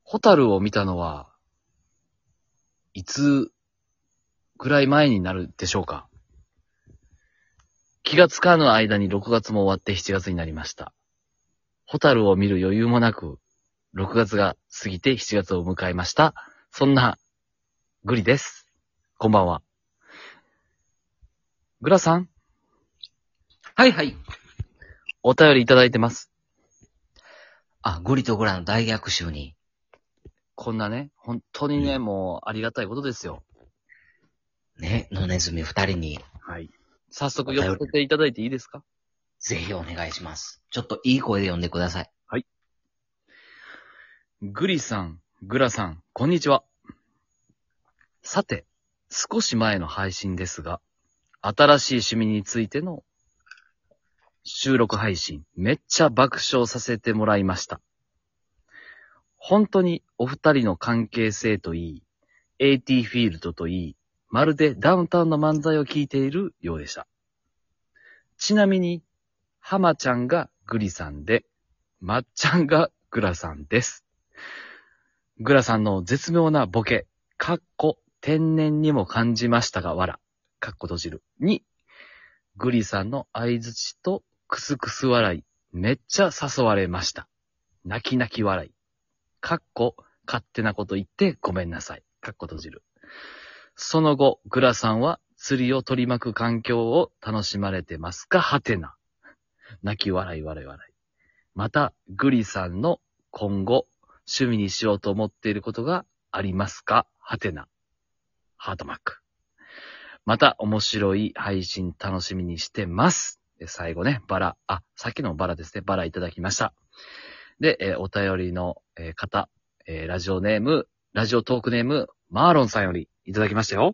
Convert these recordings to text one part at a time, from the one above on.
ホタルを見たのは、いつぐらい前になるでしょうか。気がつかぬ間に6月も終わって7月になりました。ホタルを見る余裕もなく、6月が過ぎて7月を迎えました。そんな、グリです。こんばんは。グラさん、 はいはい。 お便りいただいてます。 グリとグラの大逆襲に。 こんなね、本当にね、もうありがたいことですよ。 ね、野ネズミ二人に、 はい。早速読ませていただいていいですか？ ぜひお願いします。ちょっといい声で読んでください。 グリさん、グラさん、こんにちは。さて、少し前の配信ですが、新しい趣味についての収録配信、めっちゃ爆笑させてもらいました。本当にお二人の関係性といい、AT フィールドといい、まるでダウンタウンの漫才を聞いているようでした。ちなみに、浜ちゃんがグリさんで、まっちゃんがグラさんです。グラさんの絶妙なボケ、天然にも感じましたが、閉じる。に、グリさんの相槌とクスクス笑い、めっちゃ誘われました。泣き泣き笑い。勝手なこと言ってごめんなさい。閉じる。その後、グラさんは釣りを取り巻く環境を楽しまれてますか？泣き笑い笑い笑い。また、グリさんの今後、趣味にしようと思っていることがありますか？ハートマーク。また、面白い配信楽しみにしてます。で最後ね、さっきのバラですね。バラいただきました。で、お便りの方、ラジオトークネーム、マーロンさんよりいただきましたよ。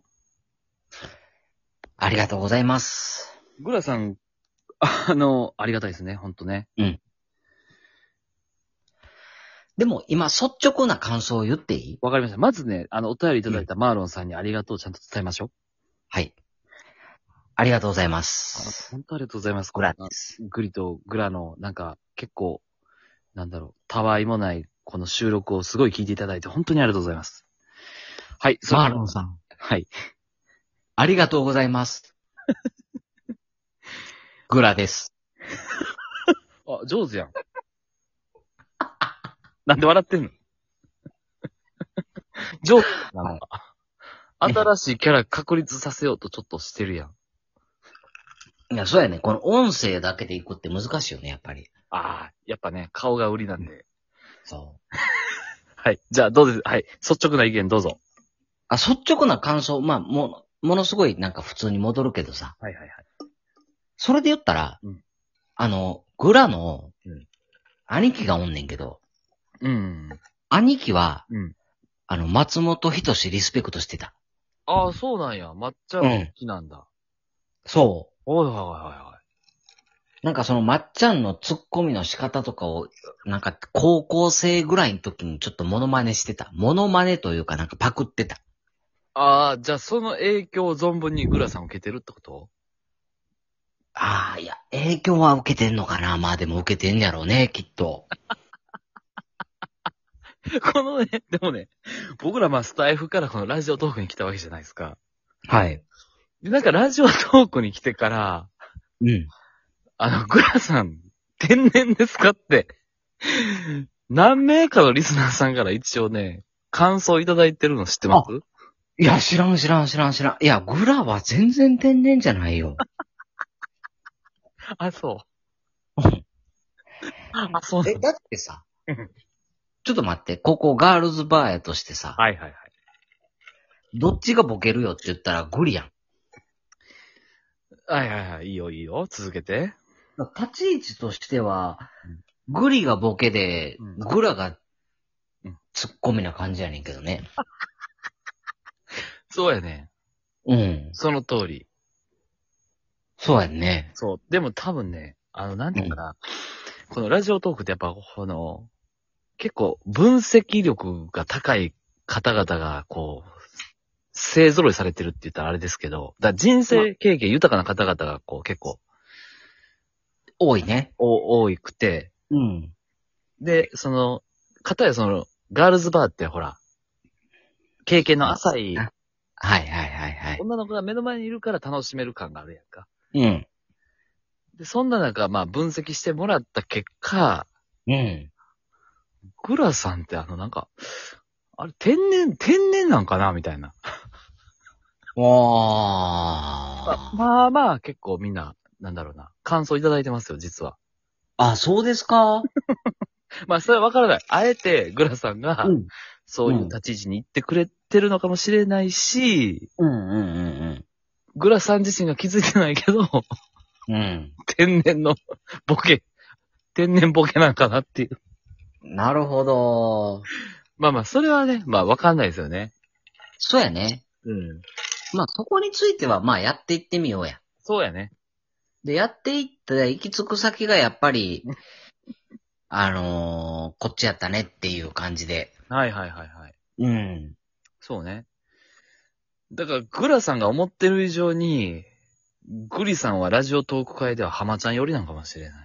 ありがとうございます。 グラさん、ありがたいですね、ほんとね。 うん。でも今、率直な感想を言っていい？ わかりました。まずね、お便りいただいたマーロンさんにありがとうちゃんと伝えましょう。 はい。ありがとうございます。 本当ありがとうございます。 グラです。 グリとグラの、結構、たわいもない、この収録をすごい聞いていただいて、本当にありがとうございます。はい、 マーロンさん。 はい。 ありがとうございます。グラです。 あ、上手やん。なんで笑ってんの？上手なんか。新しいキャラ確立させようとちょっとしてるやん。 いや、そうやね。この音声だけで行くって難しいよね、やっぱり。 ああ、やっぱね、顔が売りなんで。 そう。 はい。じゃあ、どうです？はい。率直な意見どうぞ。 率直な感想、ものすごいなんか普通に戻るけどさ。 はいはいはい。 それで言ったら、 うんグラのうん、 兄貴がおんねんけど、 うん。 兄貴は、 うん。 松本人志リスペクトしてた。 ああ、そうなんや。抹茶が好きなんだ。 そおいはいはいはい。 う。なんかそのまっちゃんのツッコミの仕方とかを、なんか高校生ぐらいの時にちょっとモノマネしてた。モノマネというかなんかパクってた。 ああ、じゃあその影響を存分にグラさん受けてるってこと？ いや、影響は受けてんのかな。まあでも受けてんやろうね、きっと。 このね、でもね、僕らスタイフからこのラジオトークに来たわけじゃないですか。 はい。 で、ラジオトークに来てから、 うん。 グラさん、天然ですかって、何名かのリスナーさんから一応ね、感想いただいてるの知ってます？ いや、知らん。いや、グラは全然天然じゃないよ。 あ、そう。 うんあ、そうなの。 だってさ、ちょっと待って、ここガールズバーやとしてさ、 はいはいはい。 どっちがボケるよって言ったらグリやん。 はいはいはい。いいよいいよ。続けて。 立ち位置としては、グリがボケで、 うんグラがうんツッコミな感じやねんけどね。 そうやね。 うん。 その通り。 そうやんね。 そう。でも多分ね、なんていうかな、このラジオトークってやっぱ、結構分析力が高い方々が、勢揃いされてるって言ったらあれですけど、人生経験豊かな方々が、結構、 多いね。 多くて、 うん。 で、片やガールズバーってほら、経験の浅いはいはいはいはい。 女の子が目の前にいるから楽しめる感があるやんか。 うん。 で、そんな中、まあ分析してもらった結果、 うん。 グラさんってなんか、あれ、天然なんかなみたいな。 わまあまあ、結構みんな、なんだろうな、感想いただいてますよ、実は。 あ、そうですか？ まあ、それはわからない。あえて、グラさんが、 ん。 そういう立ち位置に行ってくれてるのかもしれないし、 うんうんグラさん自身が気づいてないけど、 うん。 天然のボケ、天然ボケなんかなっていう。 うん。なるほど。 まあまあ、それはね、まあわかんないですよね。 そうやね。 うん。 まあ、そこについては、まあ、やっていってみようや。 そうやね。 で、やっていったら行き着く先がやっぱり、こっちやったねっていう感じで。 はいはいはいはい。 うん。 そうね。だから、グラさんが思ってる以上に、グリさんはラジオトーク会ではハマちゃん寄りなんかもしれない。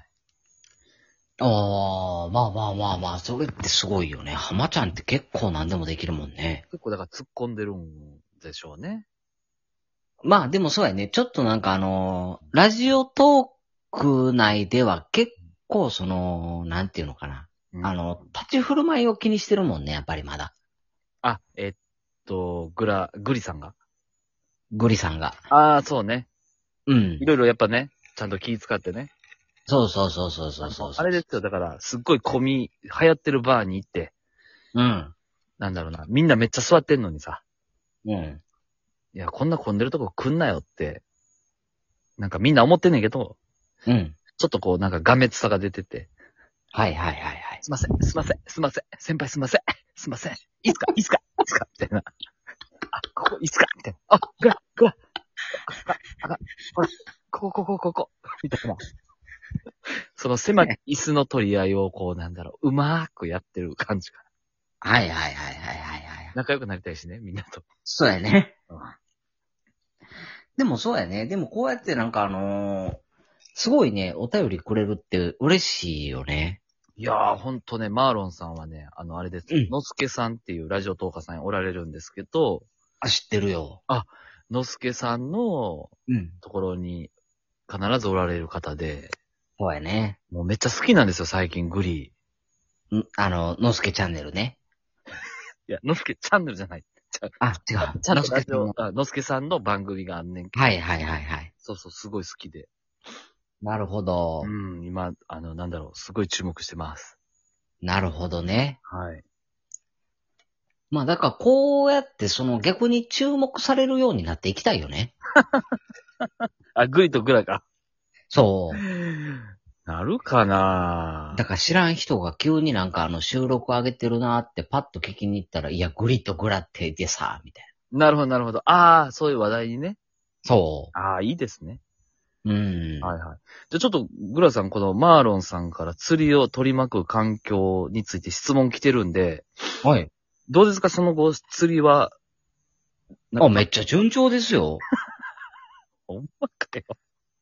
ああ、まあまあまあまあ、それってすごいよね。浜ちゃんって結構何でもできるもんね。 結構だから突っ込んでるんでしょうね。 まあでもそうやね。ちょっとなんかラジオトーク内では結構なんていうのかな。 うん立ち振る舞いを気にしてるもんね、やっぱりまだ。 あ、グリさんが。 グリさんが。 ああ、そうね。 うんい。ろいろやっぱね、ちゃんと気遣ってね。 そうそうそうそうそうそう。 あれですよ、だから、すっごい流行ってるバーに行って、 うん。 なんだろうな、みんなめっちゃ座ってんのにさ、 うん。 いや、こんな混んでるとこ来んなよって、なんかみんな思ってんねんけど、 うん。 ちょっとこう、なんかがめつさが出てて、 はいはいはいはい。 すいません、すいません、すいません、先輩すいません、すいません、いいっすか、いいっすか、いいっすか、みたいな。あ、ここいいっすか、みたいな。あ、ぐら、ほら、ここ、みたいな。その狭い椅子の取り合いを、こう、なんだろう、うまーくやってる感じかはいはいはいはいはいはい。 な。仲良くなりたいしね、みんなと。 そうやね。 うんでもそうやね。でもこうやってなんかすごいね、お便りくれるって嬉しいよね。 いやー、ほんとね、マーロンさんはね、あれです。 うんのすけさんっていうラジオトーカーさんにおられるんですけど、 あ、知ってるよ。 のすけさんのうん。 ところに必ずおられる方で、 そうやね。 もうめっちゃ好きなんですよ、最近グリのすけチャンネルね。 ー。いや、のすけチャンネルじゃない。 あ、違う。 ちゃんのとラジオすけさんの。 のすけさんの番組があんねんけど。 はいはいはいはい。 そうそう、すごい好きで。 なるほど。 今、なんだろう、すごい注目してます。 なるほどね。 はい。 まあだからこうやって逆に注目されるようになっていきたいよね。 あ、グリとグラか。 そう。 なるかなだから知らん人が急になんか収録上げてるなってパッと聞きに行ったら、いや、グリとグラってでさ、みたいな。 なるほど、なるほど。ああ、そういう話題にね。 そああ、いいですね。 う。うん。 はいはい。じゃあちょっと、グラさん、このマーロンさんから釣りを取り巻く環境について質問来てるんで、 はい。 どうですかその後、釣りは、なんあ、 かめっちゃ順調ですよ。 ほんまかよ。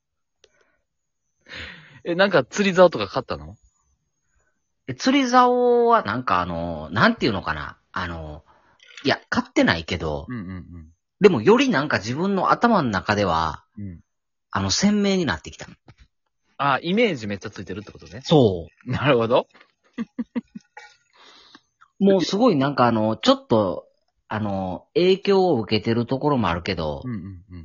なんか釣り竿とか買ったの？ 釣り竿はなんかなんていうのかな。いや、買ってないけど、 うん。 でもよりなんか自分の頭の中では、 うん。 鮮明になってきた。 ああ、イメージめっちゃついてるってことね。 そなるほど。 う。もうすごいなんかちょっと、影響を受けてるところもあるけど、 うん。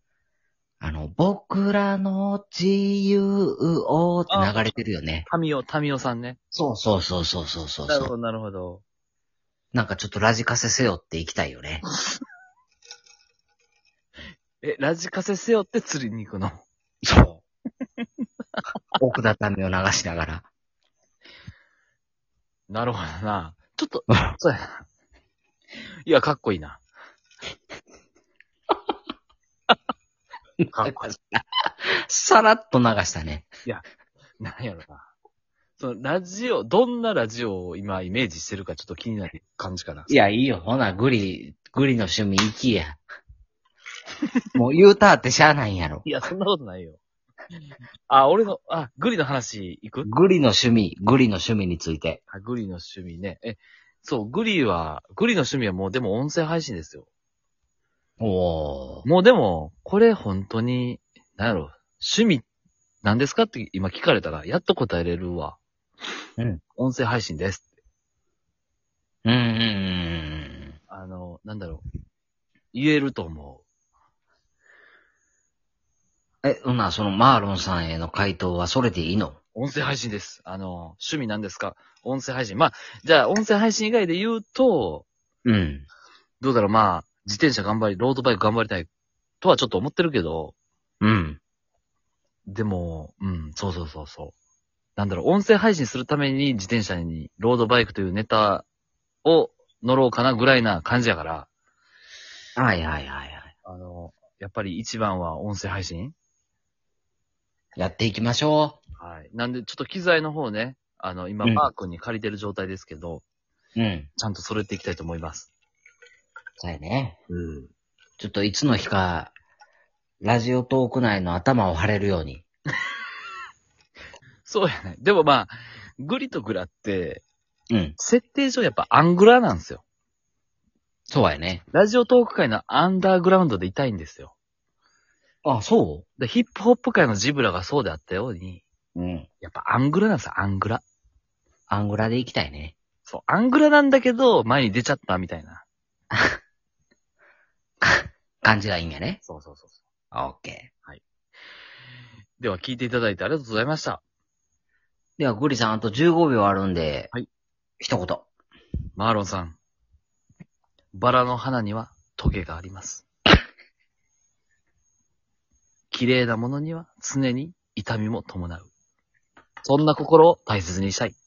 僕らの自由をって流れてるよね。 タミオさんね。 そうそうそうそうそうそうそう。 なるほど。 なんかちょっとラジカセ背負っていきたいよね。 ラジカセ背負って釣りに行くの？ そう。奥田民を流しながら。 なるほどな。ちょっと、そうやな。いや、かっこいいな。かっこいい。 さらっと流したね。 なんやろな。どんなラジオを今イメージしてるかちょっと気になる感じかな。 いや、いいよ。ほな、グリの趣味行きや。もう言うたってしゃあないんやろ。 いや、そんなことないよ。グリの話行く？ グリの趣味について。 グリの趣味ね。 そう、グリの趣味はもうでも音声配信ですよ。 おー。 もうでも、これ本当に、なんやろ、趣味なんですかって今聞かれたら、やっと答えれるわ。 うん。 音声配信です。 うんうんうんなんだろう。言えると思うん。そのマーロンさんへの回答はそれでいいの？ う。音声配信です。趣味なんですか？音声配信。まあ、じゃあ音声配信以外で言うと、 うん。 どうだろう、まあ、自転車頑張り、ロードバイク頑張りたいとはちょっと思ってるけど、 うん。 でも、そうそうそうそう。なんだろう、音声配信するために自転車にロードバイクというネタを乗ろうかなぐらいな感じやから、 はいはいはいはい。 やっぱり一番は音声配信。 やっていきましょはい。なんで、ちょっと機材の方ね、今、 うんマー君に借りてる状態ですけど、 う。うん。 ちゃんと揃えていきたいと思います。 そうやね。 うん。 ちょっといつの日か、ラジオトーク内の頭を張れるように。 そうやね。でもまあ、グリとグラって、 うん。 設定上やっぱアングラなんですよ。 そうやね。 ラジオトーク界のアンダーグラウンドでいたいんですよ。 あ、そで、ヒップホップ界のジブラがそうであったように、 う？うん。 やっぱアングラなんですよ、アングラ。 アングラで行きたいね。 そう、アングラなんだけど、前に出ちゃったみたいな。 感じがいいんやね。 そうそうそうそオッケー。 う。では、聞いていただいてありがとうございました。 では、グリさん、あと15秒あるんで、 はい。 一言。 マーロンさん。バラの花にはトゲがあります。綺麗なものには常に痛みも伴う。そんな心を大切にしたい。